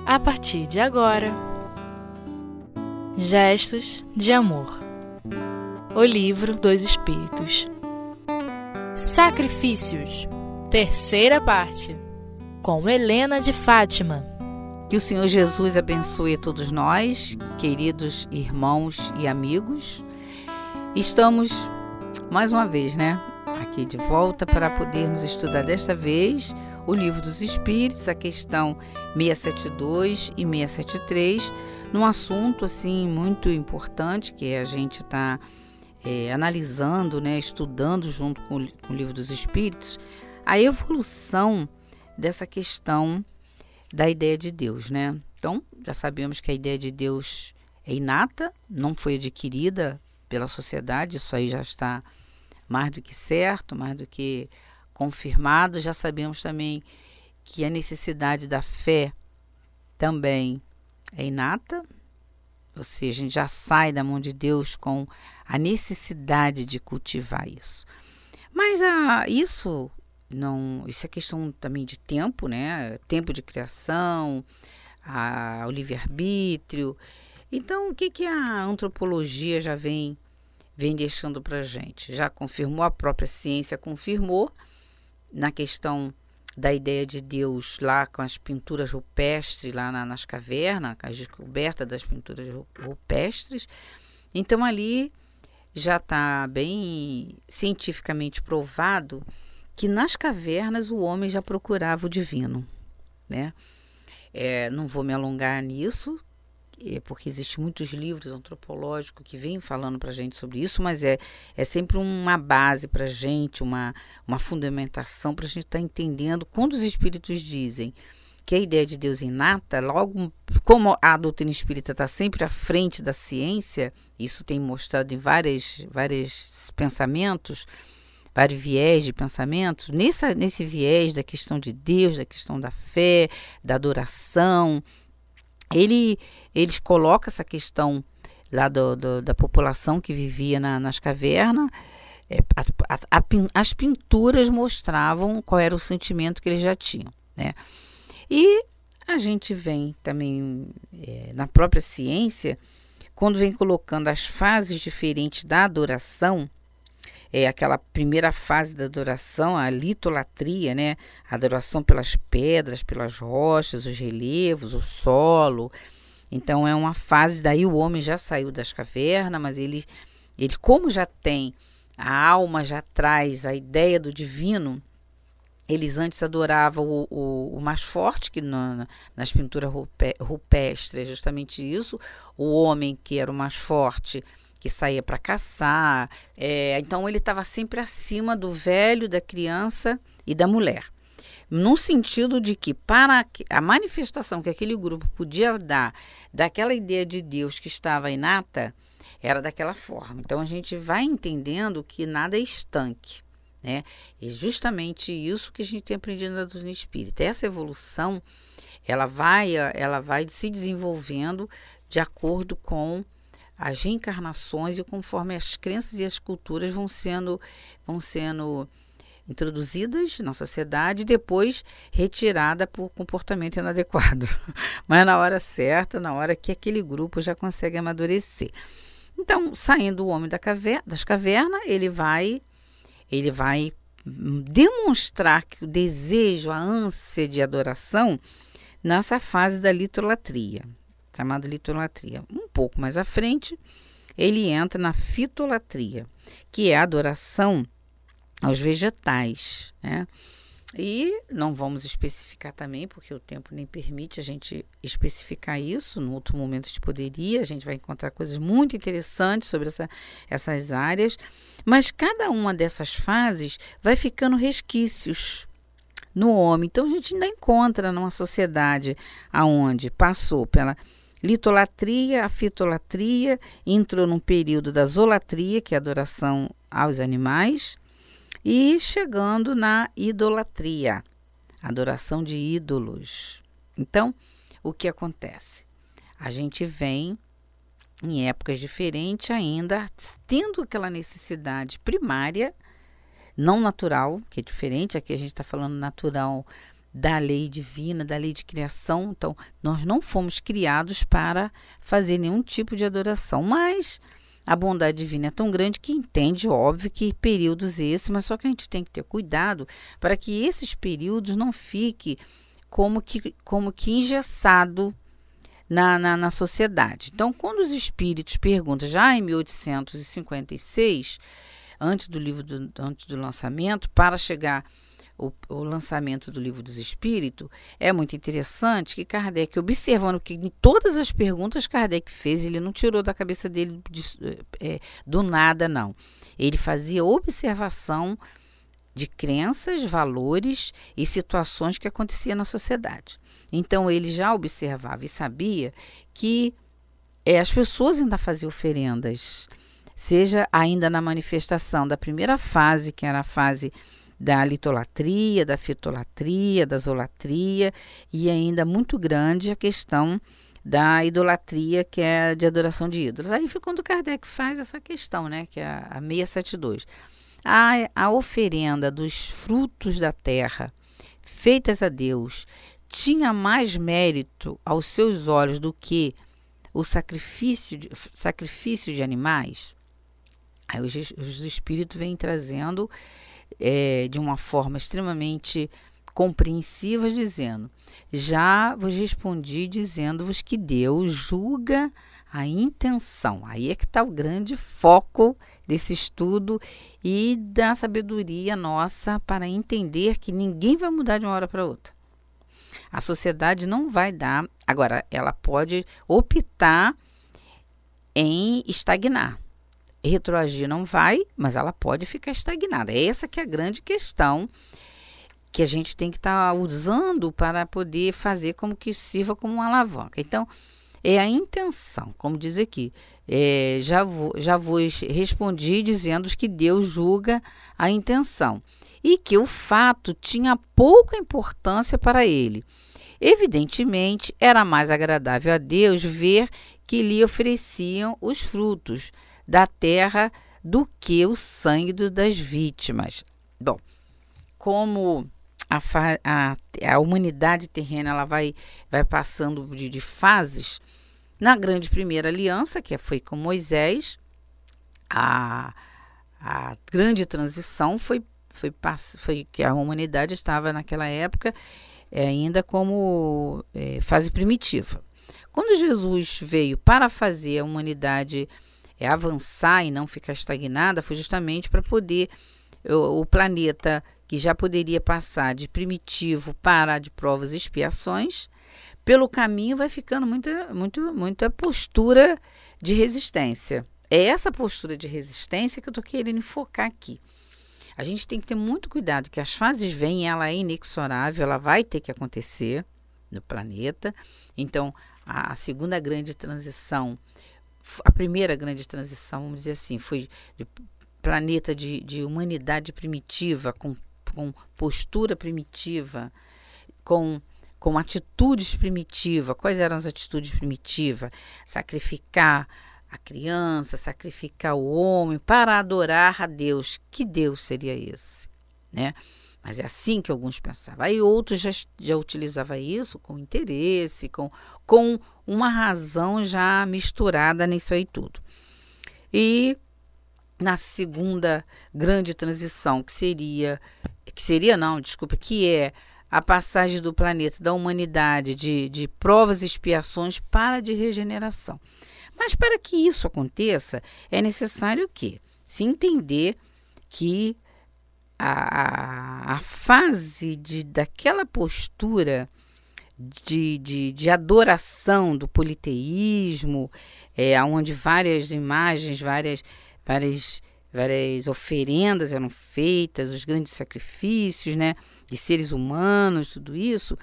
a partir de agora. Gestos de Amor. O Livro dos Espíritos. Sacrifícios. Terceira parte. Com Helena de Fátima. Que o Senhor Jesus abençoe a todos nós, queridos irmãos e amigos. Estamos, mais uma vez, aqui de volta para podermos estudar desta vez o Livro dos Espíritos, a questão 672 e 673, num assunto assim muito importante que a gente está analisando, estudando junto com o Livro dos Espíritos, a evolução dessa questão da ideia de Deus, Então, já sabemos que a ideia de Deus é inata, não foi adquirida pela sociedade, isso aí já está mais do que certo, mais do que confirmado. Já sabemos também que a necessidade da fé também é inata, ou seja, a gente já sai da mão de Deus com a necessidade de cultivar isso. Mas isso é questão também de tempo, Tempo de criação, o livre-arbítrio. Então, o que a antropologia já vem deixando para a gente? Já confirmou, a própria ciência confirmou, na questão da ideia de Deus lá com as pinturas rupestres lá nas cavernas, a descoberta das pinturas rupestres. Então ali já está bem cientificamente provado que nas cavernas o homem já procurava o divino, não vou me alongar nisso, porque existem muitos livros antropológicos que vêm falando para a gente sobre isso, mas é sempre uma base para a gente, uma fundamentação para a gente estar entendendo quando os espíritos dizem que a ideia de Deus é inata. Logo, como a doutrina espírita está sempre à frente da ciência, isso tem mostrado em vários pensamentos, vários viés de pensamento, nesse viés da questão de Deus, da questão da fé, da adoração, eles colocam essa questão lá da população que vivia nas cavernas. As pinturas mostravam qual era o sentimento que eles já tinham, E a gente vem também na própria ciência, quando vem colocando as fases diferentes da adoração, aquela primeira fase da adoração, a litolatria, a adoração pelas pedras, pelas rochas, os relevos, o solo. Então é uma fase, daí o homem já saiu das cavernas, mas ele como já tem, a alma já traz a ideia do divino. Eles antes adoravam o mais forte, que nas pinturas rupestres é justamente isso, o homem que era o mais forte, que saía para caçar. Então ele estava sempre acima do velho, da criança e da mulher. No sentido de que para a manifestação que aquele grupo podia dar daquela ideia de Deus que estava inata, era daquela forma. Então a gente vai entendendo que nada é estanque. É justamente isso que a gente tem aprendido na doutrina espírita. Essa evolução, ela vai se desenvolvendo de acordo com as reencarnações e conforme as crenças e as culturas vão sendo introduzidas na sociedade e depois retirada por comportamento inadequado. Mas na hora certa, na hora que aquele grupo já consegue amadurecer. Então, saindo o homem das cavernas, ele vai demonstrar que o desejo, a ânsia de adoração nessa fase da litolatria, chamada litolatria. Um pouco mais à frente, ele entra na fitolatria, que é a adoração aos vegetais, E não vamos especificar também, porque o tempo nem permite a gente especificar isso. No outro momento a gente poderia, a gente vai encontrar coisas muito interessantes sobre essas áreas, mas cada uma dessas fases vai ficando resquícios no homem. Então a gente ainda encontra numa sociedade onde passou pela litolatria, a fitolatria, entrou num período da zolatria, que é a adoração aos animais, e chegando na idolatria, adoração de ídolos. Então, o que acontece? A gente vem em épocas diferentes ainda, tendo aquela necessidade primária, não natural, que é diferente, aqui a gente está falando natural da lei divina, da lei de criação. Então, nós não fomos criados para fazer nenhum tipo de adoração, mas a bondade divina é tão grande que entende, óbvio, que períodos esses, mas só que a gente tem que ter cuidado para que esses períodos não fiquem como que engessado na sociedade. Então, quando os espíritos perguntam, já em 1856, antes do lançamento, para chegar o lançamento do Livro dos Espíritos, é muito interessante que Kardec, observando que em todas as perguntas Kardec fez, ele não tirou da cabeça dele do nada, não. Ele fazia observação de crenças, valores e situações que aconteciam na sociedade. Então, ele já observava e sabia que as pessoas ainda faziam oferendas, seja ainda na manifestação da primeira fase, que era a fase da litolatria, da fitolatria, da zolatria, e ainda muito grande a questão da idolatria, que é de adoração de ídolos. Aí foi quando Kardec faz essa questão, né, que é a 672. A oferenda dos frutos da terra, feitas a Deus, tinha mais mérito aos seus olhos do que o sacrifício de animais? Aí os espíritos vêm trazendo de uma forma extremamente compreensiva, dizendo: já vos respondi dizendo-vos que Deus julga a intenção. Aí é que está o grande foco desse estudo e da sabedoria nossa para entender que ninguém vai mudar de uma hora para outra. A sociedade não vai dar. Agora, ela pode optar em estagnar. Retroagir não vai, mas ela pode ficar estagnada. Essa que é a grande questão que a gente tem que estar usando para poder fazer como que sirva como uma alavanca. Então, é a intenção, como diz aqui. Já vos respondi dizendo que Deus julga a intenção e que o fato tinha pouca importância para ele. Evidentemente, era mais agradável a Deus ver que lhe ofereciam os frutos da terra do que o sangue das vítimas. Bom, como a humanidade terrena ela vai passando de fases, na grande primeira aliança, que foi com Moisés, a grande transição foi que a humanidade estava naquela época ainda como fase primitiva. Quando Jesus veio para fazer a humanidade avançar e não ficar estagnada, foi justamente para poder o planeta, que já poderia passar de primitivo para de provas e expiações, pelo caminho vai ficando muita postura de resistência. É essa postura de resistência que eu estou querendo enfocar aqui. A gente tem que ter muito cuidado, que as fases vêm, ela é inexorável, ela vai ter que acontecer no planeta. Então, a segunda grande transição, a primeira grande transição, vamos dizer assim, foi de planeta de humanidade primitiva, com postura primitiva, com atitudes primitivas. Quais eram as atitudes primitivas? Sacrificar a criança, sacrificar o homem para adorar a Deus. Que Deus seria esse? Né? Mas é assim que alguns pensavam. Aí outros já utilizavam isso com interesse, com uma razão já misturada nisso aí tudo. E na segunda grande transição, que é a passagem do planeta, da humanidade, de provas e expiações para de regeneração. Mas para que isso aconteça, é necessário o quê? Se entender que a fase daquela postura de adoração do politeísmo, onde várias imagens, várias oferendas eram feitas, os grandes sacrifícios, né, de seres humanos, tudo isso,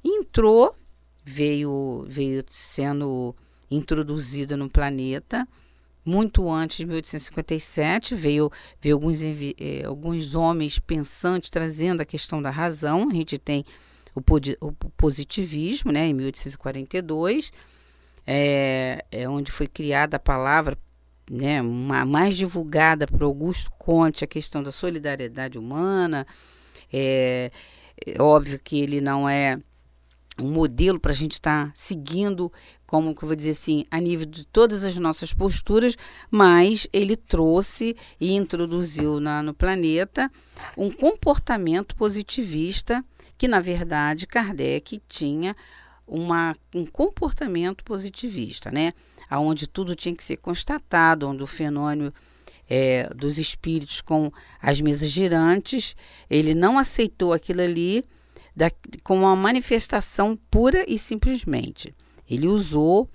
veio sendo introduzida no planeta muito antes de 1857. Veio alguns homens pensantes trazendo a questão da razão. A gente tem o positivismo, né, em 1842, onde foi criada a palavra, né, mais divulgada por Augusto Comte, a questão da solidariedade humana. É óbvio que ele não é um modelo para a gente estar seguindo, como que eu vou dizer assim, a nível de todas as nossas posturas, mas ele trouxe e introduziu no planeta um comportamento positivista que, na verdade, Kardec tinha um comportamento positivista, né? Onde tudo tinha que ser constatado, onde o fenômeno dos espíritos com as mesas girantes, ele não aceitou aquilo ali com uma manifestação pura e simplesmente. Ele usou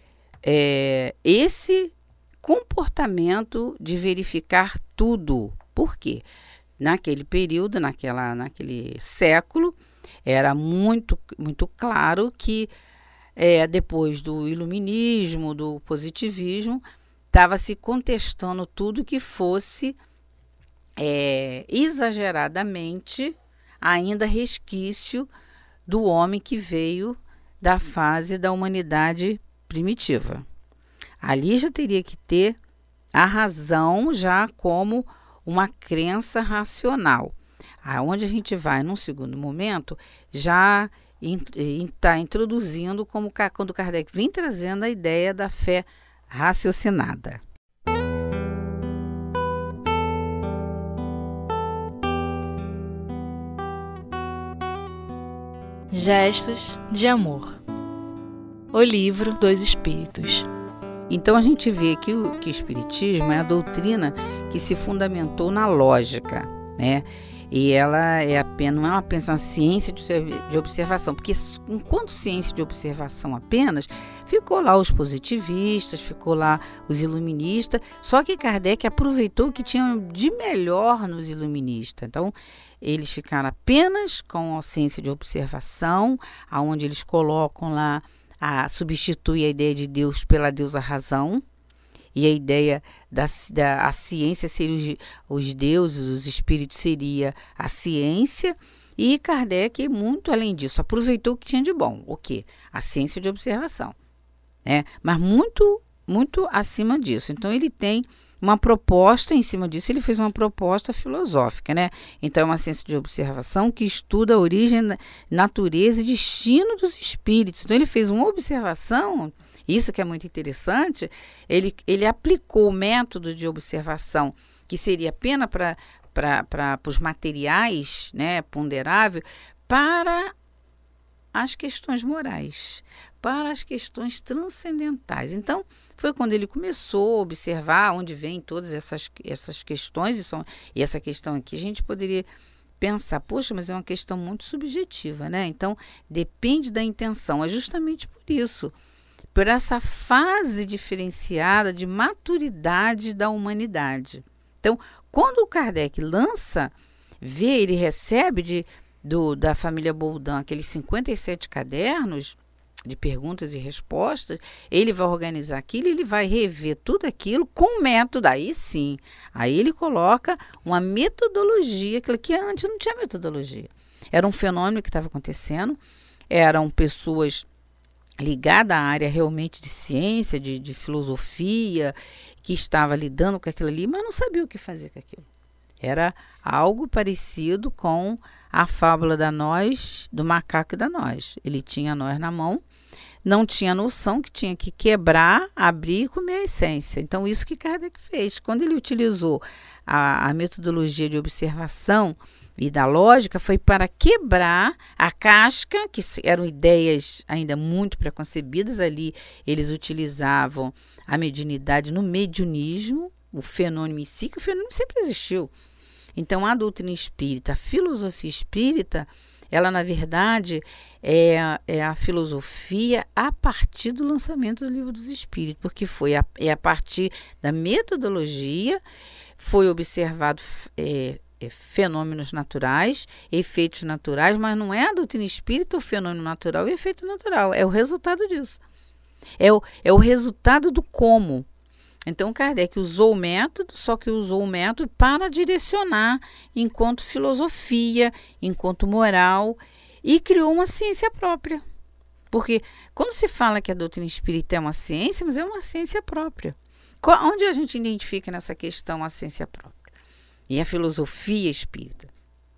esse comportamento de verificar tudo. Por quê? Naquele período, naquele século, era muito, muito claro que depois do iluminismo, do positivismo, estava se contestando tudo que fosse exageradamente ainda resquício do homem que veio da fase da humanidade primitiva. Ali já teria que ter a razão já como uma crença racional. Aonde a gente vai, num segundo momento, já está introduzindo, quando Kardec vem trazendo a ideia da fé raciocinada. Gestos de amor. O livro dos Espíritos. Então a gente vê que o Espiritismo é a doutrina que se fundamentou na lógica, né? E ela não é apenas uma ciência de observação, porque enquanto ciência de observação apenas, ficou lá os positivistas, ficou lá os iluministas, só que Kardec aproveitou o que tinha de melhor nos iluministas. Então, eles ficaram apenas com a ciência de observação, onde eles colocam lá, substitui a ideia de Deus pela deusa razão, e a ideia da ciência seria os deuses, os espíritos seria a ciência, e Kardec, muito além disso, aproveitou o que tinha de bom. O quê? A ciência de observação, né? Mas muito, muito acima disso. Então, ele tem uma proposta em cima disso, ele fez uma proposta filosófica, né? Então, é uma ciência de observação que estuda a origem, natureza e destino dos espíritos. Então, ele fez uma observação. Isso que é muito interessante, ele aplicou o método de observação, que seria apenas para os materiais, né, ponderável, para as questões morais, para as questões transcendentais. Então, foi quando ele começou a observar onde vêm todas essas questões, e essa questão aqui a gente poderia pensar, poxa, mas é uma questão muito subjetiva, né? Então, depende da intenção, é justamente por isso, por essa fase diferenciada de maturidade da humanidade. Então, quando o Kardec ele recebe da família Boldin aqueles 57 cadernos de perguntas e respostas, ele vai organizar aquilo, ele vai rever tudo aquilo com método, aí sim. Aí ele coloca uma metodologia, que antes não tinha metodologia. Era um fenômeno que estava acontecendo, eram pessoas ligada à área realmente de ciência, de filosofia, que estava lidando com aquilo ali, mas não sabia o que fazer com aquilo. Era algo parecido com a fábula do macaco e da noz. Ele tinha a noz na mão, não tinha noção que tinha que quebrar, abrir e comer a essência. Então, isso que Kardec fez. Quando ele utilizou a metodologia de observação e da lógica, foi para quebrar a casca, que eram ideias ainda muito preconcebidas. Ali eles utilizavam a mediunidade no mediunismo, o fenômeno em si, que o fenômeno sempre existiu. Então, a doutrina espírita, a filosofia espírita, ela, na verdade, é a filosofia a partir do lançamento do Livro dos Espíritos, porque a partir da metodologia, foi observado fenômenos naturais, efeitos naturais, mas não é a doutrina espírita o fenômeno natural e efeito natural, é o resultado disso. É o resultado do como. Então, Kardec usou o método, só que usou o método para direcionar enquanto filosofia, enquanto moral, e criou uma ciência própria. Porque quando se fala que a doutrina espírita é uma ciência, mas é uma ciência própria. Onde a gente identifica nessa questão a ciência própria? E a filosofia espírita.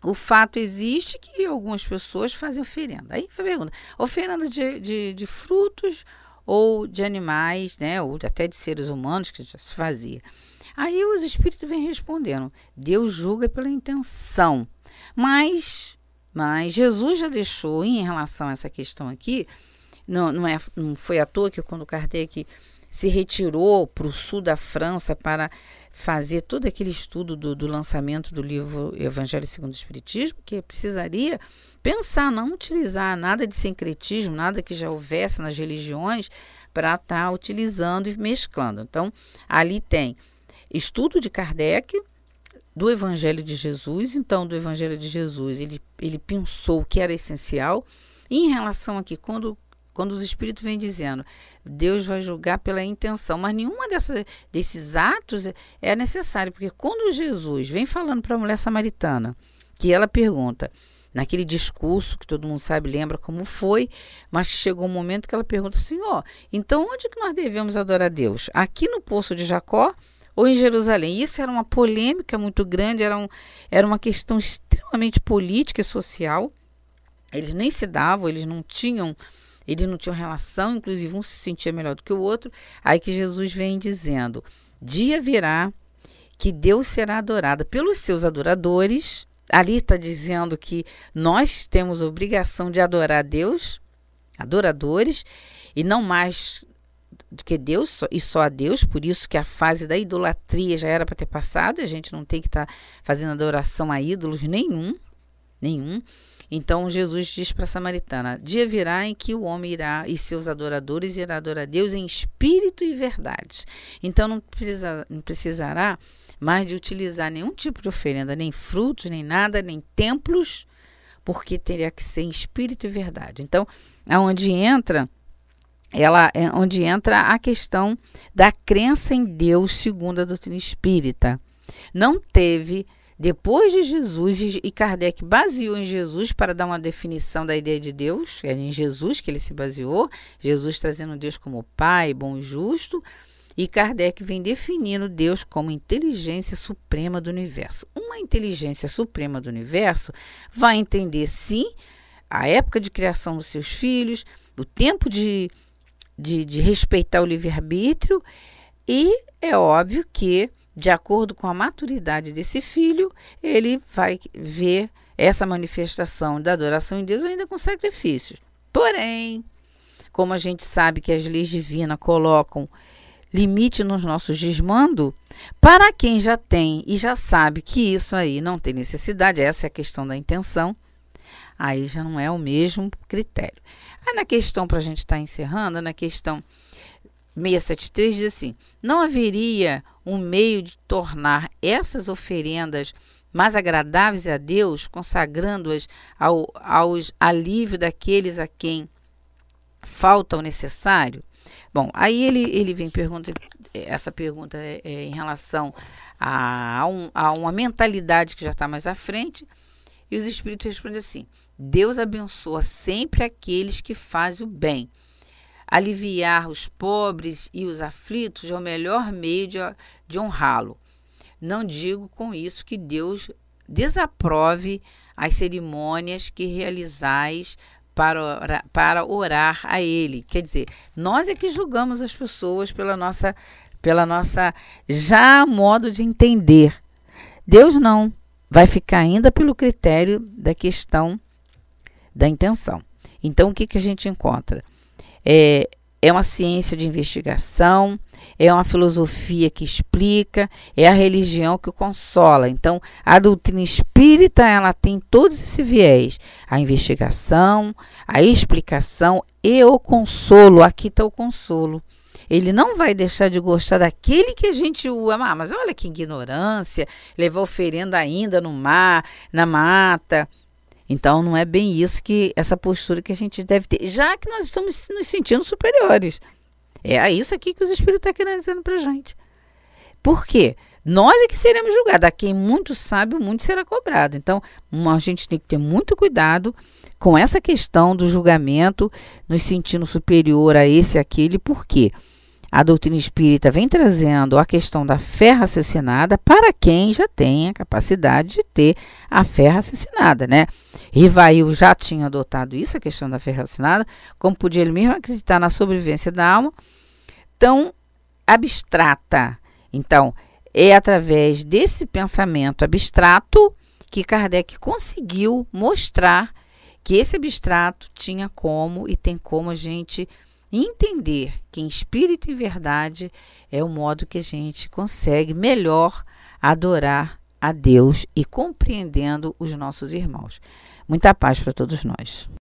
o fato existe que algumas pessoas fazem oferenda. Aí pergunta, oferenda de frutos ou de animais, né, ou até de seres humanos, que já se fazia. Aí os espíritos vêm respondendo, Deus julga pela intenção. Mas Jesus já deixou, em relação a essa questão aqui, não foi à toa que quando Kardec se retirou para o sul da França para fazer todo aquele estudo do lançamento do livro Evangelho segundo o Espiritismo, que precisaria pensar, não utilizar nada de sincretismo, nada que já houvesse nas religiões, para estar utilizando e mesclando. Então, ali tem estudo de Kardec, do Evangelho de Jesus. Então, do Evangelho de Jesus, ele pensou o que era essencial. E em relação aqui, quando os espíritos vêm dizendo, Deus vai julgar pela intenção, mas nenhuma desses atos é necessário, porque quando Jesus vem falando para a mulher samaritana, que ela pergunta, naquele discurso que todo mundo sabe, lembra como foi, mas chegou um momento que ela pergunta assim, então onde que nós devemos adorar a Deus? Aqui no Poço de Jacó ou em Jerusalém? Isso era uma polêmica muito grande, era uma questão extremamente política e social. Eles nem se davam, eles não tinham relação, inclusive um se sentia melhor do que o outro. Aí que Jesus vem dizendo, dia virá que Deus será adorado pelos seus adoradores. Ali está dizendo que nós temos obrigação de adorar a Deus, adoradores, e não mais do que Deus, e só a Deus. Por isso que a fase da idolatria já era para ter passado, a gente não tem que estar fazendo adoração a ídolos nenhum. Então Jesus diz para a samaritana, dia virá em que o homem irá, e seus adoradores irá adorar a Deus em espírito e verdade. Então não precisará mais de utilizar nenhum tipo de oferenda, nem frutos, nem nada, nem templos, porque teria que ser em espírito e verdade. Então, onde entra a questão da crença em Deus segundo a doutrina espírita. Não teve, depois de Jesus, e Kardec baseou em Jesus para dar uma definição da ideia de Deus, é em Jesus que ele se baseou, Jesus trazendo Deus como Pai, bom e justo, e Kardec vem definindo Deus como inteligência suprema do universo. Uma inteligência suprema do universo vai entender, sim, a época de criação dos seus filhos, o tempo de respeitar o livre-arbítrio, e é óbvio que, de acordo com a maturidade desse filho, ele vai ver essa manifestação da adoração em Deus ainda com sacrifícios. Porém, como a gente sabe que as leis divinas colocam limite nos nossos desmandos, para quem já tem e já sabe que isso aí não tem necessidade, essa é a questão da intenção, aí já não é o mesmo critério. Aí na questão, para a gente estar encerrando, na questão 673 diz assim, não haveria um meio de tornar essas oferendas mais agradáveis a Deus, consagrando-as aos alívio daqueles a quem falta o necessário? Bom, aí ele vem pergunta, essa pergunta é em relação a uma mentalidade que já está mais à frente, e os espíritos respondem assim, Deus abençoa sempre aqueles que fazem o bem. Aliviar os pobres e os aflitos é o melhor meio de honrá-lo. Não digo com isso que Deus desaprove as cerimônias que realizais para orar a Ele. Quer dizer, nós é que julgamos as pessoas pela nossa já modo de entender. Deus não. Vai ficar ainda pelo critério da questão da intenção. Então, o que a gente encontra? É uma ciência de investigação, é uma filosofia que explica, é a religião que o consola. Então, a doutrina espírita, ela tem todos esse viés. A investigação, a explicação e o consolo. Aqui está o consolo. Ele não vai deixar de gostar daquele que a gente ama. Mas olha que ignorância, levar oferenda ainda no mar, na mata. Então, não é bem isso que essa postura que a gente deve ter, já que nós estamos nos sentindo superiores. É isso aqui que os espíritos estão querendo dizer para a gente. Por quê? Nós é que seremos julgados. A quem muito sabe, muito será cobrado. Então, a gente tem que ter muito cuidado com essa questão do julgamento, nos sentindo superior a esse e aquele. Por quê? a doutrina espírita vem trazendo a questão da fé raciocinada para quem já tem a capacidade de ter a fé raciocinada, né? Rivail já tinha adotado isso, a questão da fé raciocinada, como podia ele mesmo acreditar na sobrevivência da alma tão abstrata. Então, é através desse pensamento abstrato que Kardec conseguiu mostrar que esse abstrato tinha como e tem como a gente entender que em espírito e verdade é o modo que a gente consegue melhor adorar a Deus e compreendendo os nossos irmãos. Muita paz para todos nós.